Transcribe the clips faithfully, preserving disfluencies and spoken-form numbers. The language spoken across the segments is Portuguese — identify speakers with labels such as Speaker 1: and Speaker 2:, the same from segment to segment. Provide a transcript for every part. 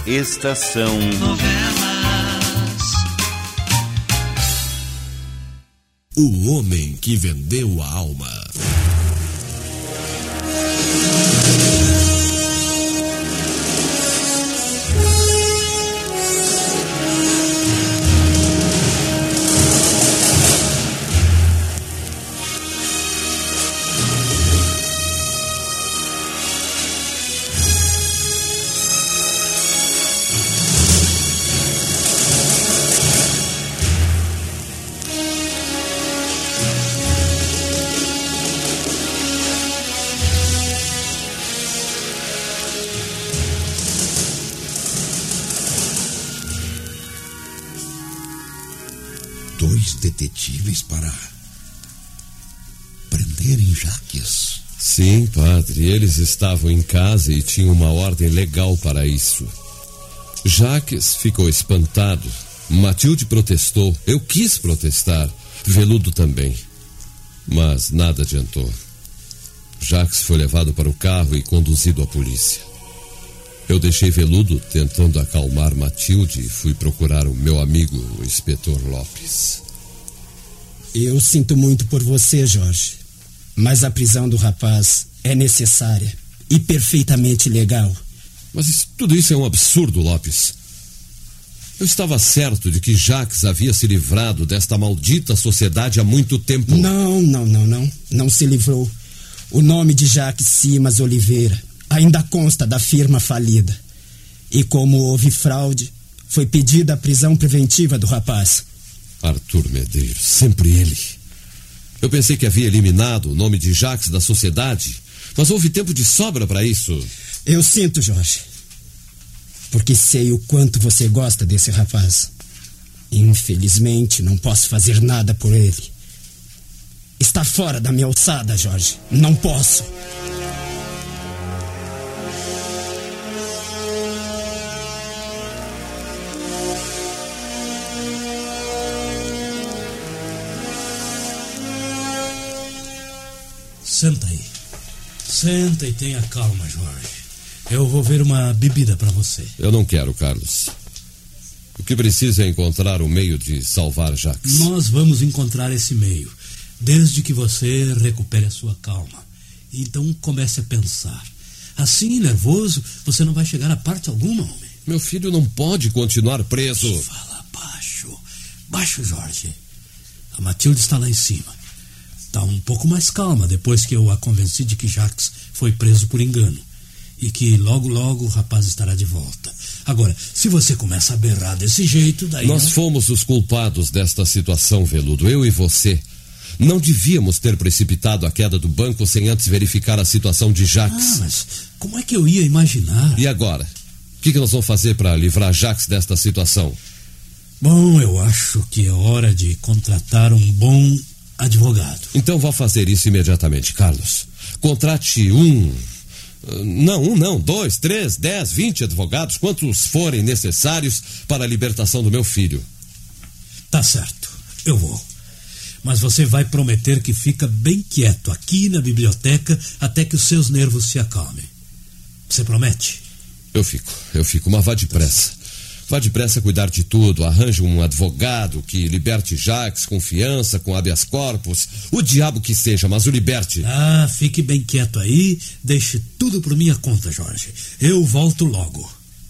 Speaker 1: Estação
Speaker 2: Novelas.
Speaker 3: O homem que vendeu a alma.
Speaker 4: Dois detetives para prenderem Jacques.
Speaker 3: Sim, padre, eles estavam em casa e tinham uma ordem legal para isso. Jacques ficou espantado. Matilde protestou. Eu quis protestar. Veludo também. Mas nada adiantou. Jacques foi levado para o carro e conduzido à polícia. Eu deixei Veludo tentando acalmar Matilde e fui procurar o meu amigo, o inspetor Lopes.
Speaker 5: Eu sinto muito por você, Jorge, mas a prisão do rapaz é necessária e perfeitamente legal.
Speaker 3: Mas isso, tudo isso é um absurdo, Lopes. Eu estava certo de que Jacques havia se livrado desta maldita sociedade há muito tempo.
Speaker 5: Não, não, não, não. Não se livrou. O nome de Jacques Simas Oliveira ainda consta da firma falida. E como houve fraude, foi pedida a prisão preventiva do rapaz.
Speaker 3: Arthur Medeiros, sempre ele. Eu pensei que havia eliminado o nome de Jacques da sociedade, mas houve tempo de sobra para isso.
Speaker 5: Eu sinto, Jorge, porque sei o quanto você gosta desse rapaz. Infelizmente, não posso fazer nada por ele. Está fora da minha alçada, Jorge. Não posso.
Speaker 2: Senta aí. Senta e tenha calma, Jorge. Eu vou ver uma bebida para você.
Speaker 3: Eu não quero, Carlos. O que preciso é encontrar o meio de salvar Jacques.
Speaker 2: Nós vamos encontrar esse meio, desde que você recupere a sua calma. Então comece a pensar. Assim, nervoso, você não vai chegar a parte alguma, homem.
Speaker 3: Meu filho não pode continuar preso.
Speaker 2: Fala baixo. Baixo, Jorge. A Matilde está lá em cima. Está um pouco mais calma depois que eu a convenci de que Jacques foi preso por engano. E que logo, logo o rapaz estará de volta. Agora, se você começa a berrar desse jeito, daí...
Speaker 3: Nós
Speaker 2: não...
Speaker 3: fomos os culpados desta situação, Veludo, eu e você. Não devíamos ter precipitado a queda do banco sem antes verificar a situação de Jacques.
Speaker 2: Ah, mas como é que eu ia imaginar?
Speaker 3: E agora? O que, que nós vamos fazer para livrar Jacques desta situação?
Speaker 2: Bom, eu acho que é hora de contratar um bom advogado.
Speaker 3: Então vá fazer isso imediatamente, Carlos. Contrate um... Não, um não, dois, três, dez, vinte advogados, quantos forem necessários para a libertação do meu filho.
Speaker 2: Tá certo, eu vou. Mas você vai prometer que fica bem quieto aqui na biblioteca até que os seus nervos se acalmem. Você promete?
Speaker 3: Eu fico, eu fico, mas vá depressa. Vá depressa cuidar de tudo, arranje um advogado que liberte Jacques com fiança, com habeas corpus, o diabo que seja, mas o liberte.
Speaker 2: Ah, fique bem quieto aí, deixe tudo por minha conta, Jorge. Eu volto logo.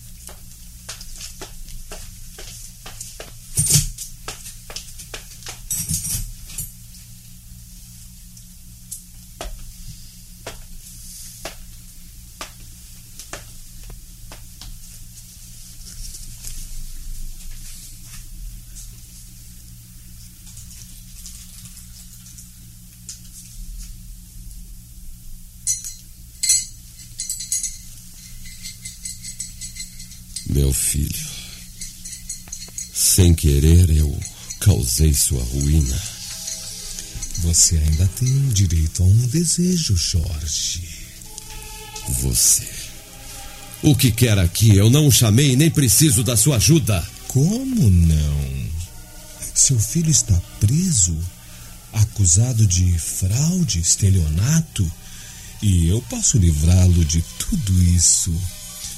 Speaker 3: Meu filho, sem querer eu causei sua ruína.
Speaker 4: Você ainda tem direito a um desejo, Jorge.
Speaker 3: Você. O que quer aqui? Eu não o chamei e nem preciso da sua ajuda.
Speaker 4: Como não? Seu filho está preso, acusado de fraude, estelionato, e eu posso livrá-lo de tudo isso.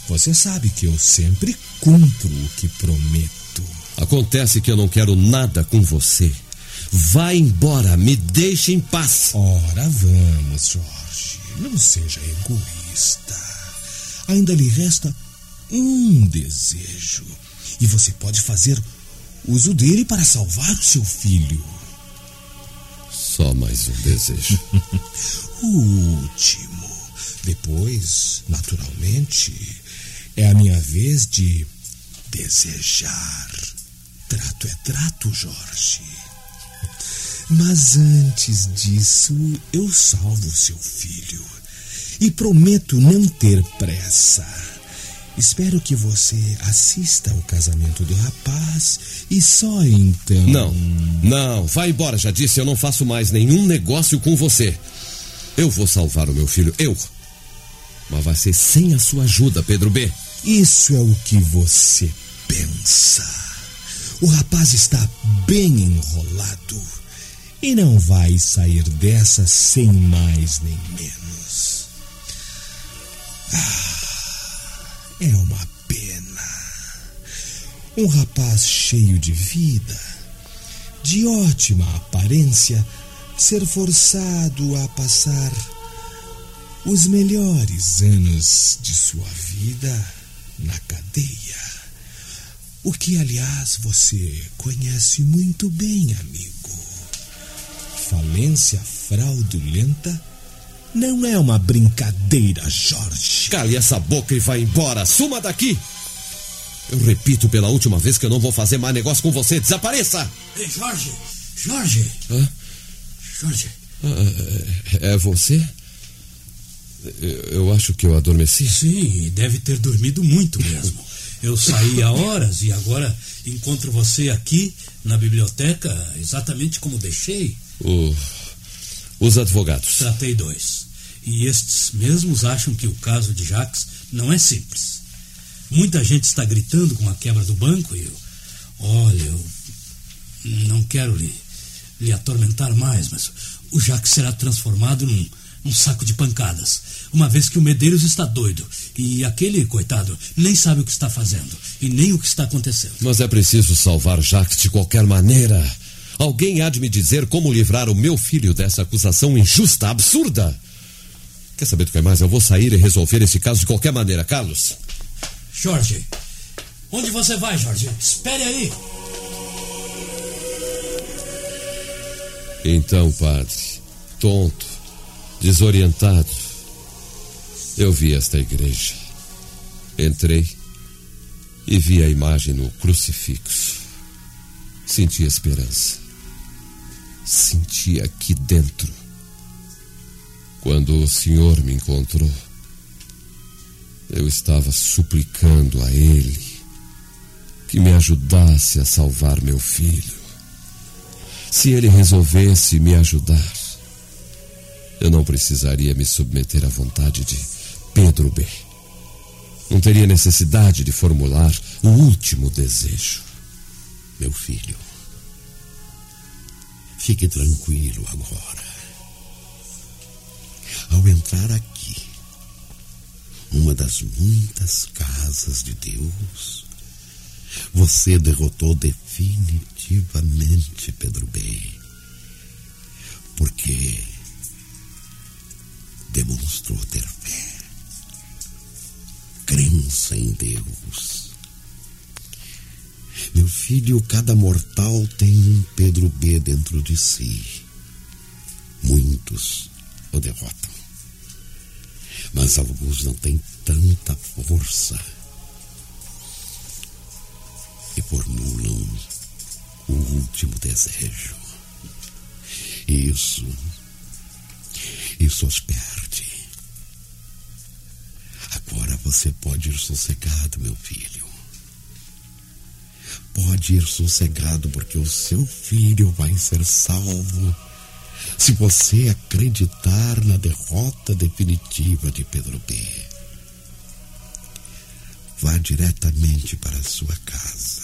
Speaker 4: Você sabe que eu sempre cumpro o que prometo.
Speaker 3: Acontece que eu não quero nada com você. Vá embora, me deixe em paz.
Speaker 4: Ora, vamos, Jorge. Não seja egoísta. Ainda lhe resta um desejo. E você pode fazer uso dele para salvar o seu filho.
Speaker 3: Só mais um desejo.
Speaker 4: O último. Depois, naturalmente, é a minha vez de desejar. Trato é trato, Jorge. Mas antes disso, eu salvo seu filho. E prometo não ter pressa. Espero que você assista ao casamento do rapaz e só então...
Speaker 3: Não, não, vá embora, já disse, eu não faço mais nenhum negócio com você. Eu vou salvar o meu filho, eu. Mas vai ser sem a sua ajuda, Pedro B.
Speaker 4: Isso é o que você pensa. O rapaz está bem enrolado e não vai sair dessa sem mais nem menos. Ah... É uma pena. Um rapaz cheio de vida, de ótima aparência, ser forçado a passar os melhores anos de sua vida na cadeia. O que, aliás, você conhece muito bem, amigo. Falência fraudulenta não é uma brincadeira, Jorge.
Speaker 3: Cale essa boca e vá embora. Suma daqui. Eu repito pela última vez que eu não vou fazer mais negócio com você. Desapareça.
Speaker 2: Ei, Jorge. Jorge.
Speaker 3: Hã?
Speaker 2: Jorge.
Speaker 3: Ah, é você? Eu acho que eu adormeci.
Speaker 2: Sim, deve ter dormido muito mesmo. Eu saí há horas e agora encontro você aqui na biblioteca exatamente como deixei.
Speaker 3: O... Os advogados.
Speaker 2: Tratei dois. E estes mesmos acham que o caso de Jacques não é simples. Muita gente está gritando com a quebra do banco e eu... Olha, eu não quero lhe, lhe atormentar mais, mas o Jacques será transformado num, num saco de pancadas, uma vez que o Medeiros está doido e aquele, coitado, nem sabe o que está fazendo e nem o que está acontecendo.
Speaker 3: Mas é preciso salvar Jacques de qualquer maneira. Alguém há de me dizer como livrar o meu filho dessa acusação injusta, absurda. Quer saber do que mais? Eu vou sair e resolver esse caso de qualquer maneira, Carlos.
Speaker 2: Jorge, onde você vai, Jorge? Espere aí.
Speaker 3: Então, padre, tonto, desorientado, eu vi esta igreja. Entrei e vi a imagem no crucifixo. Senti esperança. Senti aqui dentro. Quando o Senhor me encontrou, eu estava suplicando a Ele que me ajudasse a salvar meu filho. Se Ele resolvesse me ajudar, eu não precisaria me submeter à vontade de Pedro B. Não teria necessidade de formular o último desejo.
Speaker 1: Meu filho, fique tranquilo agora. Ao entrar aqui, uma das muitas casas de Deus, você derrotou definitivamente Pedro B. Porque demonstrou ter fé, crença em Deus. Meu filho, cada mortal tem um Pedro B dentro de si. Muitos o derrotam, mas alguns não têm tanta força e formulam o último desejo. Isso, isso os perde. Agora você pode ir sossegado, meu filho. Pode ir sossegado, porque o seu filho vai ser salvo se você acreditar na derrota definitiva de Pedro B. Vá diretamente para a sua casa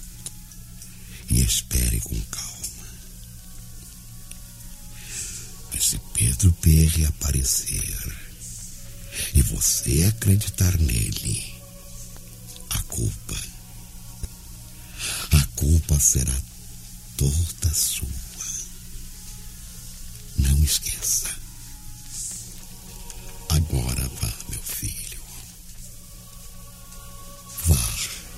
Speaker 1: e espere com calma. Mas se Pedro B reaparecer e você acreditar nele, ela será toda sua. Não esqueça. Agora vá, meu filho. Vá.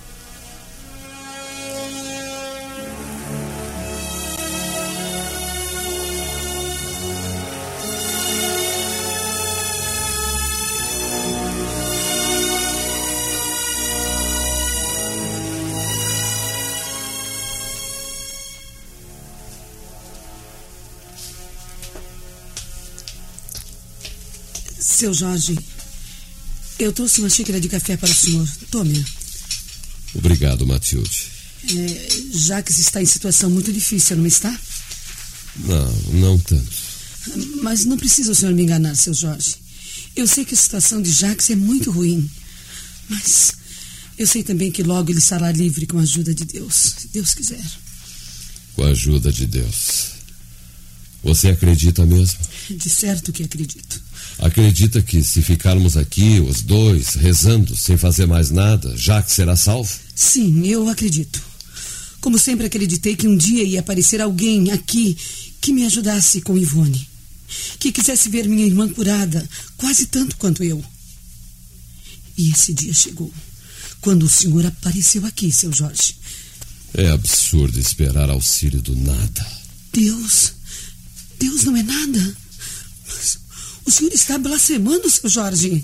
Speaker 6: Seu Jorge, eu trouxe uma xícara de café para o senhor. Tome.
Speaker 3: Obrigado, Matilde.
Speaker 6: É, Jacques está em situação muito difícil, não está?
Speaker 3: Não, não tanto.
Speaker 6: Mas não precisa o senhor me enganar, seu Jorge. Eu sei que a situação de Jacques é muito ruim. Mas eu sei também que logo ele estará livre com a ajuda de Deus, se Deus quiser.
Speaker 3: Com a ajuda de Deus. Você acredita mesmo?
Speaker 6: De certo que acredito.
Speaker 3: Acredita que se ficarmos aqui, os dois, rezando, sem fazer mais nada, Jacques será salvo?
Speaker 6: Sim, eu acredito. Como sempre acreditei que um dia ia aparecer alguém aqui que me ajudasse com Ivone. Que quisesse ver minha irmã curada, quase tanto quanto eu. E esse dia chegou, quando o senhor apareceu aqui, seu Jorge.
Speaker 3: É absurdo esperar auxílio do nada.
Speaker 6: Deus... Deus não é nada. Mas o senhor está blasfemando, seu Jorge.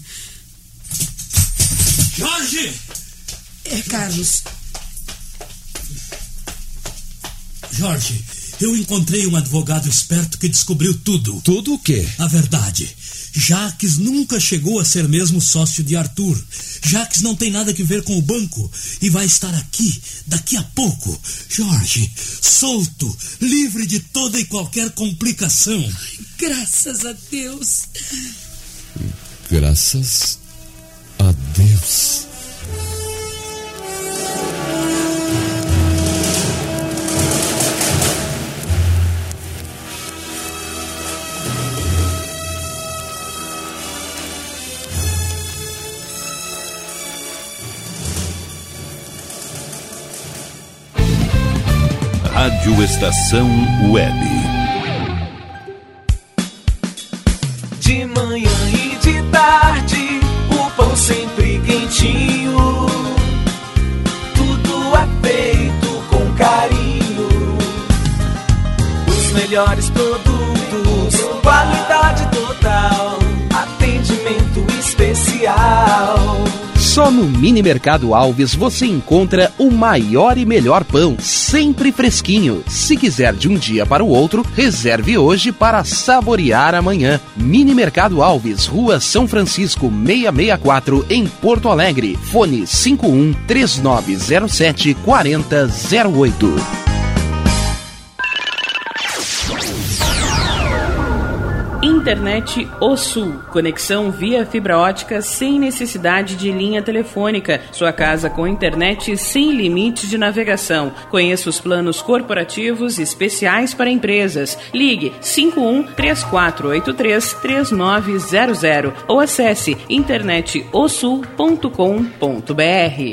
Speaker 2: Jorge!
Speaker 6: É Carlos.
Speaker 2: Jorge, eu encontrei um advogado esperto que descobriu tudo.
Speaker 3: Tudo o quê?
Speaker 2: A verdade. Jacques nunca chegou a ser mesmo sócio de Arthur. Jacques não tem nada a ver com o banco e vai estar aqui daqui a pouco. Jorge, solto, livre de toda e qualquer complicação.
Speaker 6: Ai, graças a Deus.
Speaker 3: Graças a Deus.
Speaker 7: Rádio Estação Web.
Speaker 8: De manhã e de tarde, o pão sempre quentinho. Tudo é feito com carinho. Os melhores produtos, qualidade total, atendimento especial.
Speaker 9: Só no Mini Mercado Alves você encontra o maior e melhor pão, sempre fresquinho. Se quiser de um dia para o outro, reserve hoje para saborear amanhã. Mini Mercado Alves, Rua São Francisco, seiscentos e sessenta e quatro, em Porto Alegre. Fone cinco um três nove zero sete quatro zero zero oito.
Speaker 10: Internet O Sul. Conexão via fibra ótica sem necessidade de linha telefônica. Sua casa com internet sem limite de navegação. Conheça os planos corporativos especiais para empresas. Ligue cinco um três quatro oito três três nove zero zero ou acesse internet o sul ponto com ponto b r.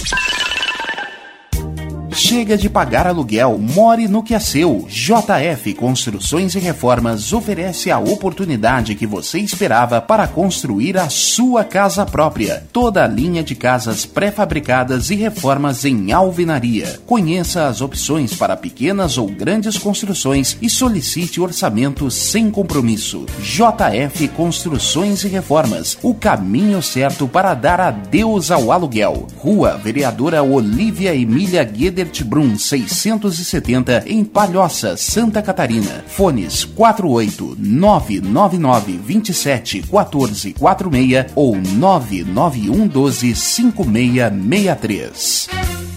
Speaker 9: Chega de pagar aluguel, more no que é seu. J F Construções e Reformas oferece a oportunidade que você esperava para construir a sua casa própria. Toda a linha de casas pré-fabricadas e reformas em alvenaria. Conheça as opções para pequenas ou grandes construções e solicite orçamento sem compromisso. J F Construções e Reformas, o caminho certo para dar adeus ao aluguel. Rua Vereadora Olívia Emília Gueder Brum seiscentos e setenta, em Palhoça, Santa Catarina. Fones quatro oito nove nove nove dois sete um quatro quatro seis ou nove nove um um dois cinco seis seis três.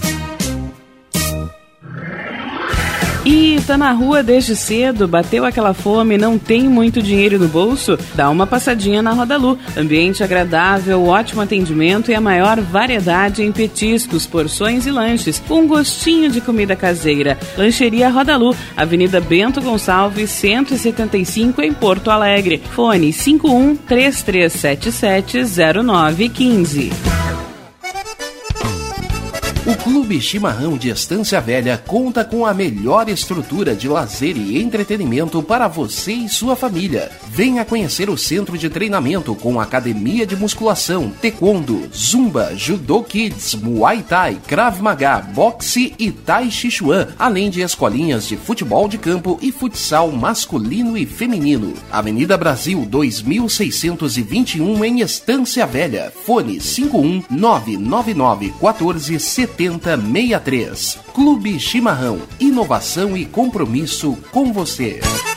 Speaker 10: E tá na rua desde cedo, bateu aquela fome, não tem muito dinheiro no bolso? Dá uma passadinha na Rodalu. Ambiente agradável, ótimo atendimento e a maior variedade em petiscos, porções e lanches, com um gostinho de comida caseira. Lancheria Rodalu, Avenida Bento Gonçalves, cento e setenta e cinco, em Porto Alegre. Fone cinco um três três sete sete zero nove um cinco.
Speaker 9: O Clube Chimarrão de Estância Velha conta com a melhor estrutura de lazer e entretenimento para você e sua família. Venha conhecer o centro de treinamento com academia de musculação, taekwondo, zumba, judô kids, muay thai, krav maga, boxe e tai chi chuan, além de escolinhas de futebol de campo e futsal masculino e feminino. Avenida Brasil dois mil seiscentos e vinte e um em Estância Velha. Fone cinco um nove nove nove um quatro sete zero seis três. Clube Chimarrão, inovação e compromisso com você.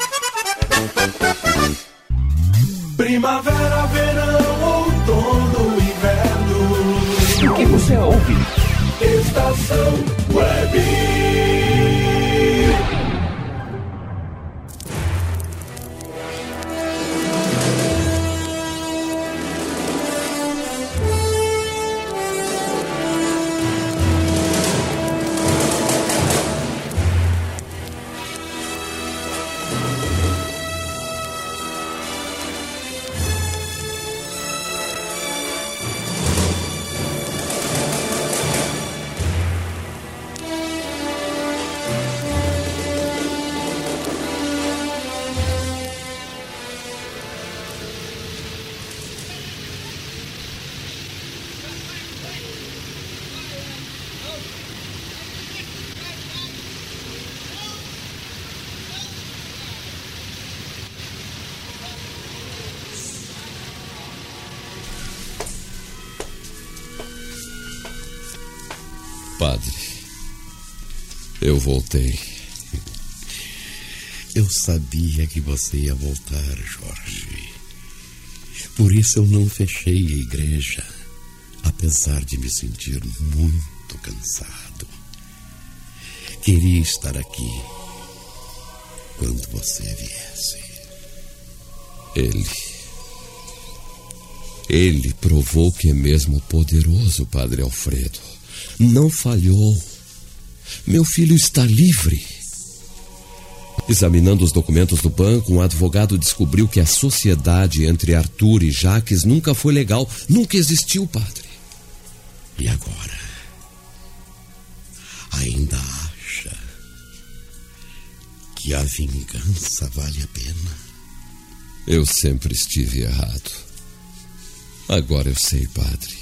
Speaker 8: Primavera, verão, outono, inverno.
Speaker 9: O que você ouve?
Speaker 8: Estação Web.
Speaker 3: Padre, eu voltei.
Speaker 1: Eu sabia que você ia voltar, Jorge. Por isso eu não fechei a igreja, apesar de me sentir muito cansado. Queria estar aqui quando você viesse.
Speaker 3: Ele... Ele provou que é mesmo poderoso, Padre Alfredo. Não falhou. Meu filho está livre. Examinando os documentos do banco, um advogado descobriu que a sociedade entre Arthur e Jacques nunca foi legal. Nunca existiu, padre.
Speaker 1: E agora? Ainda acha que a vingança vale a pena?
Speaker 3: Eu sempre estive errado. Agora eu sei, padre.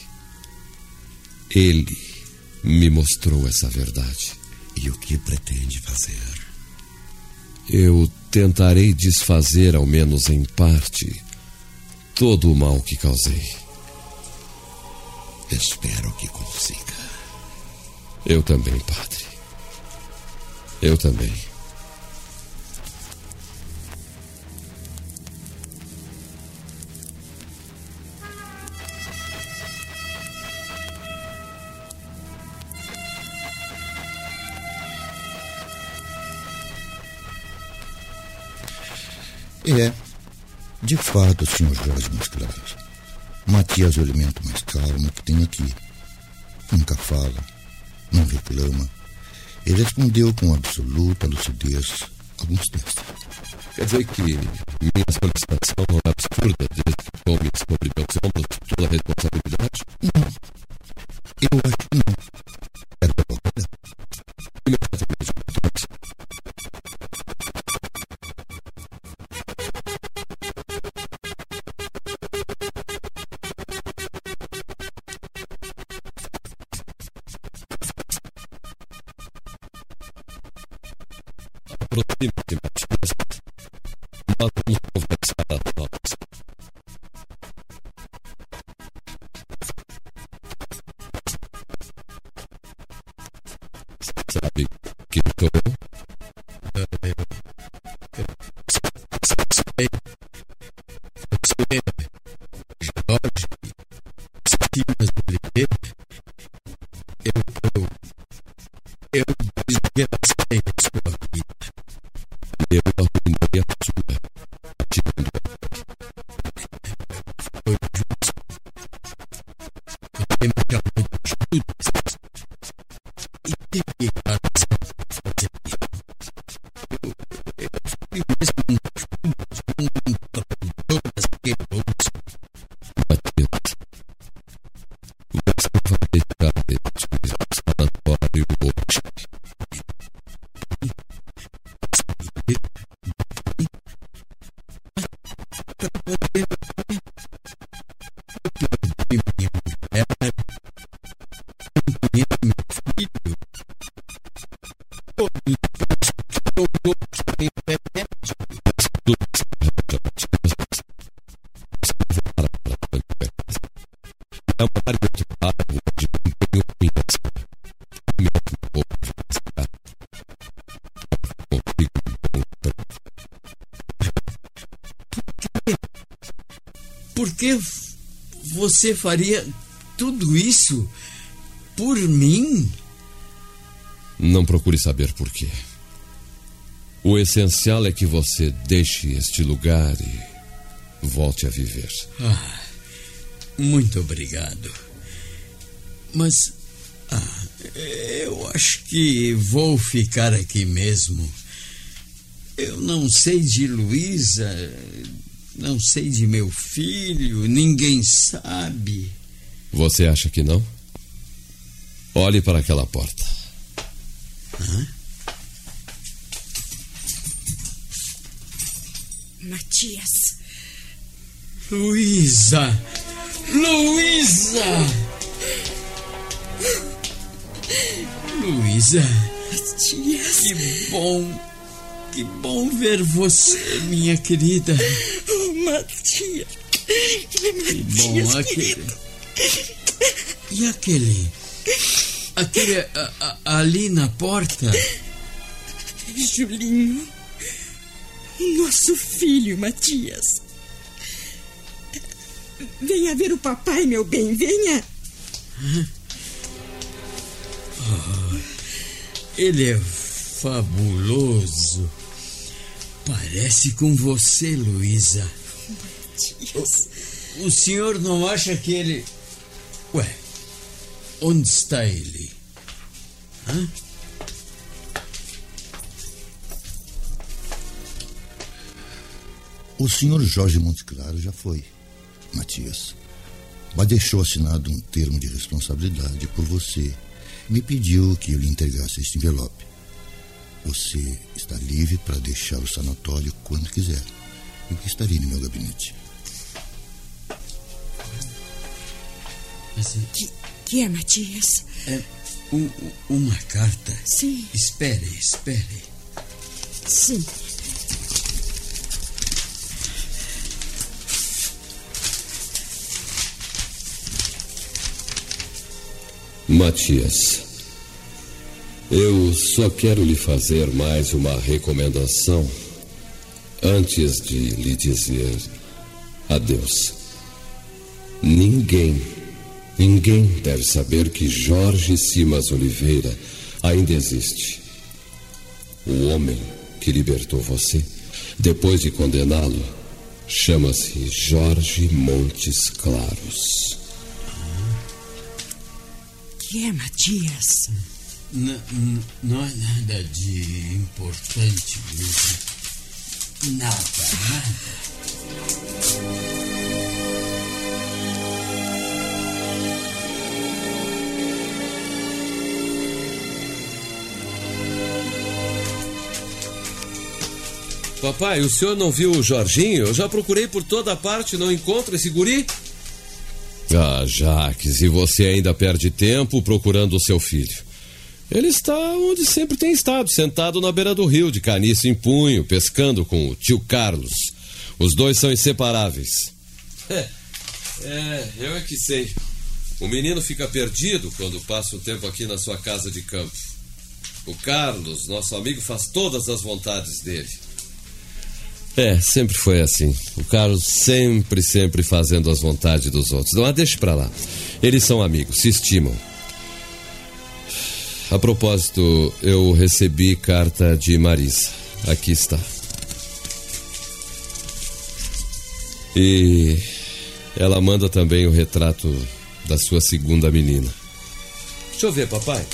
Speaker 3: Ele me mostrou essa verdade.
Speaker 1: E o que pretende fazer?
Speaker 3: Eu tentarei desfazer, ao menos em parte, todo o mal que causei.
Speaker 1: Espero que consiga.
Speaker 3: Eu também, padre. Eu também.
Speaker 11: É, de fato, senhor Jorge Mascarados. Matias é o elemento mais calmo que tem aqui. Nunca fala, não reclama. Ele respondeu com absoluta lucidez alguns testes.
Speaker 3: Quer dizer que minha solicitação é absurda desde que tome sobre meus ombros toda a responsabilidade?
Speaker 11: Não, eu acho que não. É da boca.
Speaker 3: Imediatamente, doutor. Aproxime-se, Matias. Nós vamos conversar a nós. Sabe quem sou eu?
Speaker 2: Eu, eu, eu sei. Eu sei. Jorge Simas Oliveira. Eu, eu, eu desgracei a sua vida.
Speaker 3: Eu arruinei a sua, atirando.
Speaker 2: Foi justo. Eu me chamou de Judas. E teve a razão de fazer isso. Eu, eu fui mesmo um Judas, um traidor asqueroso.
Speaker 3: Matias, você vai deixar de utilizar os
Speaker 12: que você faria tudo isso por mim?
Speaker 3: Não procure saber por quê. O essencial é que você deixe este lugar e volte a viver.
Speaker 12: Ah, muito obrigado. Mas ah, eu acho que vou ficar aqui mesmo. Eu não sei de Luísa, não sei de meu filho, ninguém sabe.
Speaker 3: Você acha que não? Olhe para aquela porta.
Speaker 12: Hã?
Speaker 13: Matias.
Speaker 12: Luísa! Luísa! Luísa!
Speaker 13: Matias!
Speaker 12: Que bom! Que bom ver você, minha querida.
Speaker 13: Oh, Matias!
Speaker 12: Que bom,
Speaker 13: Matias,
Speaker 12: aquele...
Speaker 13: querido.
Speaker 12: E aquele? Aquele a, a, ali na porta?
Speaker 13: Julinho. Nosso filho, Matias. Venha ver o papai, meu bem, venha.
Speaker 12: Oh, ele é fabuloso. Parece com você, Luísa.
Speaker 13: Matias.
Speaker 12: O, o senhor não acha que ele... Ué, onde está ele? Hã?
Speaker 11: O senhor Jorge Montes Claros já foi, Matias. Mas deixou assinado um termo de responsabilidade por você. Me pediu que eu lhe entregasse este envelope. Você está livre para deixar o sanatório quando quiser. Eu estarei no meu gabinete.
Speaker 12: Mas,
Speaker 13: que, que é, Matias?
Speaker 12: É um, uma carta.
Speaker 13: Sim.
Speaker 12: Espere, espere.
Speaker 13: Sim.
Speaker 3: Matias, eu só quero lhe fazer mais uma recomendação antes de lhe dizer adeus. Ninguém, ninguém deve saber que Jorge Simas Oliveira ainda existe. O homem que libertou você, depois de condená-lo, chama-se Jorge Montes Claros.
Speaker 13: Que é, Matias?
Speaker 12: N- n- não é nada de importante, Luísa. Nada, nada.
Speaker 3: Papai, o senhor não viu o Jorginho? Eu já procurei por toda parte, não encontro esse guri. Ah, Jacques, e você ainda perde tempo procurando o seu filho. Ele está onde sempre tem estado, sentado na beira do rio, de caniço em punho, pescando com o tio Carlos. Os dois são inseparáveis. É, é, eu é que sei. O menino fica perdido quando passa o tempo aqui na sua casa de campo. O Carlos, nosso amigo, faz todas as vontades dele. É, sempre foi assim. O Carlos sempre, sempre fazendo as vontades dos outros. Não, deixe pra lá. Eles são amigos, se estimam. A propósito, eu recebi carta de Marisa. Aqui está. E ela manda também o retrato da sua segunda menina. Deixa eu ver, papai.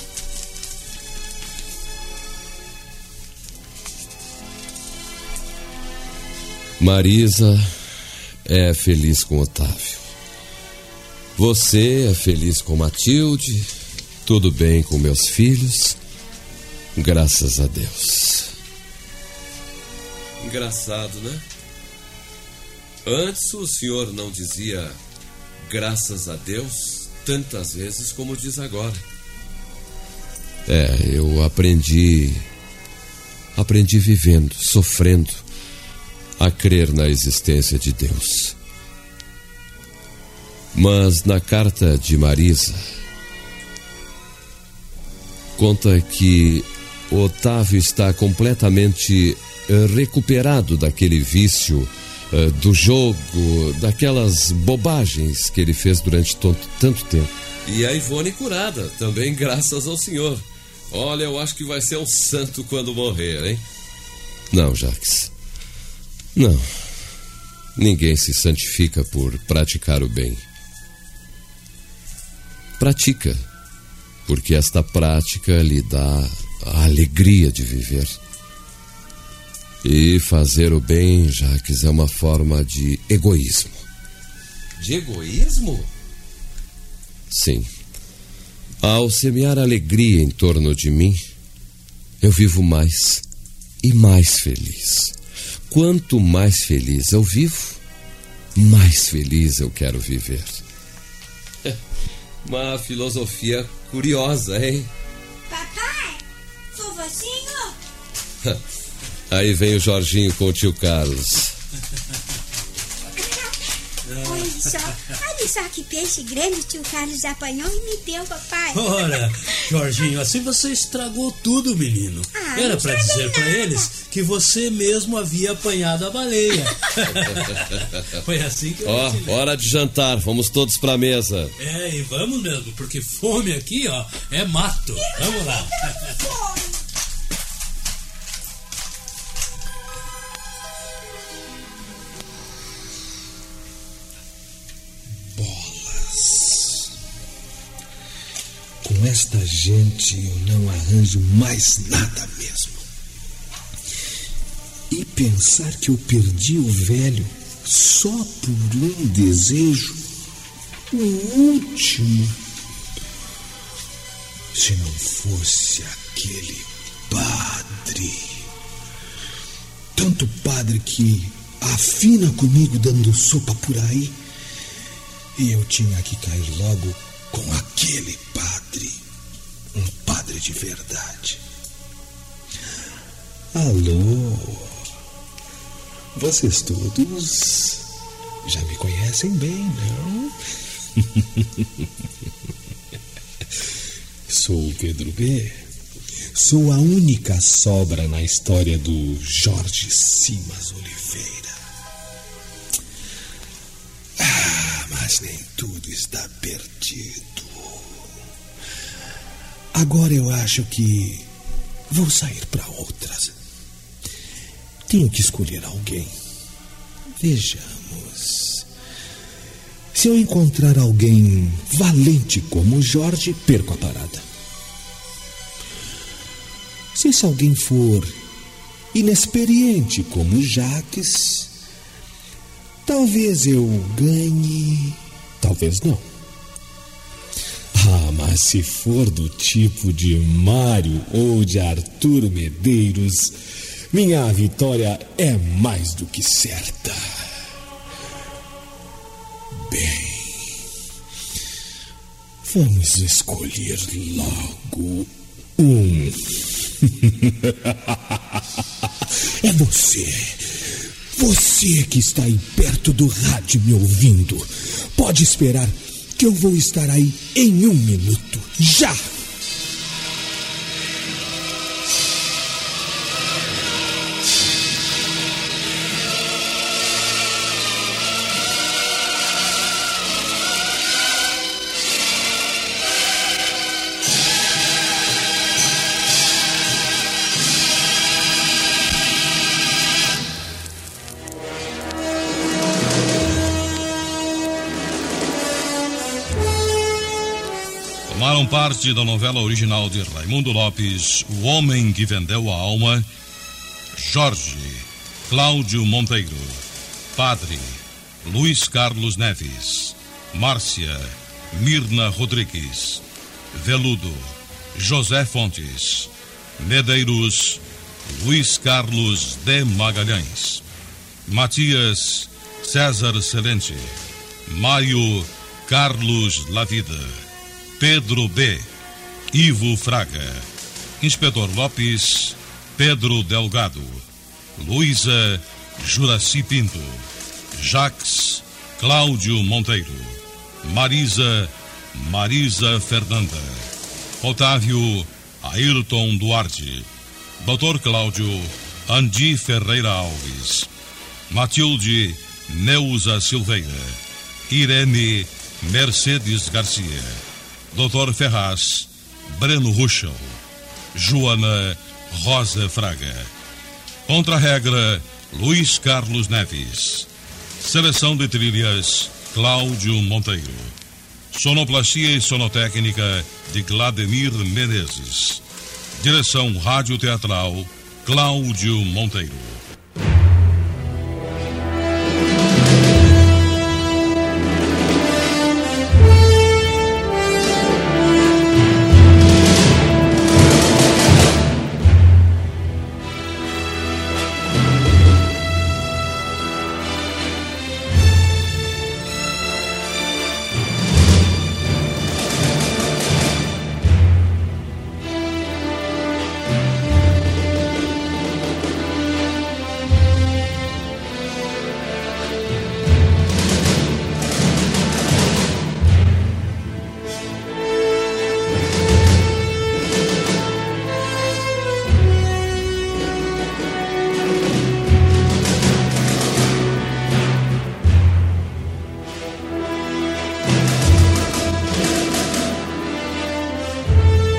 Speaker 3: Marisa é feliz com Otávio. Você é feliz com Matilde. Tudo bem com meus filhos. Graças a Deus. Engraçado, né? Antes o senhor não dizia graças a Deus tantas vezes como diz agora. É, eu aprendi... Aprendi vivendo, sofrendo, a crer na existência de Deus. Mas na carta de Marisa conta que Otávio está completamente recuperado daquele vício uh, do jogo, daquelas bobagens que ele fez durante tanto, tanto tempo. E a Ivone curada, também graças ao senhor. Olha, eu acho que vai ser um santo quando morrer, hein? Não, Jacques. Não. Ninguém se santifica por praticar o bem. Pratica, porque esta prática lhe dá a alegria de viver. E fazer o bem, Jacques, é uma forma de egoísmo.
Speaker 12: De egoísmo?
Speaker 3: Sim. Ao semear alegria em torno de mim, eu vivo mais e mais feliz. Quanto mais feliz eu vivo, mais feliz eu quero viver. Uma filosofia curiosa, hein?
Speaker 14: Papai, vovozinho?
Speaker 3: Aí vem o Jorginho com o tio Carlos.
Speaker 14: Olha só, olha só que peixe grande o tio Carlos apanhou e me deu, papai.
Speaker 2: Ora, Jorginho, assim você estragou tudo, menino.
Speaker 14: Ah,
Speaker 2: Era pra dizer pra eles que você mesmo havia apanhado a baleia. Foi assim que eu
Speaker 3: Ó, oh, hora de jantar, vamos todos pra mesa.
Speaker 2: É, e vamos mesmo, porque fome aqui, ó, é mato. Vamos lá.
Speaker 4: Com esta gente eu não arranjo mais nada mesmo. E pensar que eu perdi o velho só por um desejo, o último. Se não fosse aquele padre, tanto padre que afina comigo dando sopa por aí, e eu tinha que cair logo com aquele padre, um padre de verdade. Alô, vocês todos já me conhecem bem, não? Sou o Pedro B. Sou a única sobra na história do Jorge Simas Oliveira. Ah, mas nem tudo está perdido. Agora eu acho que vou sair para outras. Tenho que escolher alguém. Vejamos. Se eu encontrar alguém valente como o Jorge, perco a parada. Se esse alguém for inexperiente como o Jacques, talvez eu ganhe, talvez não. Ah, mas se for do tipo de Mário ou de Arthur Medeiros, minha vitória é mais do que certa. Bem, vamos escolher logo um. É você. Você que está aí perto do rádio me ouvindo. Pode esperar que eu vou estar aí em um minuto. Já!
Speaker 15: Tomaram parte da novela original de Raimundo Lopes, O Homem que Vendeu a Alma, Jorge, Cláudio Monteiro, Padre, Luiz Carlos Neves, Márcia, Mirna Rodrigues, Veludo, José Fontes, Medeiros, Luiz Carlos de Magalhães, Matias, César Celente, Maio, Carlos Lavida, Pedro B, Ivo Fraga, Inspetor Lopes, Pedro Delgado, Luísa, Juraci Pinto, Jacques, Cláudio Monteiro, Marisa, Marisa Fernanda, Otávio, Ayrton Duarte, doutor Cláudio, Andi Ferreira Alves, Matilde Neuza Silveira, Irene Mercedes Garcia, doutor Ferraz Breno Ruschel, Joana Rosa Fraga. Contra-regra Luiz Carlos Neves. Seleção de trilhas Cláudio Monteiro. Sonoplastia e sonotécnica de Glademir Menezes. Direção Rádio Teatral Cláudio Monteiro.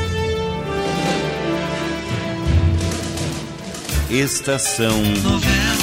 Speaker 7: Estação Novela.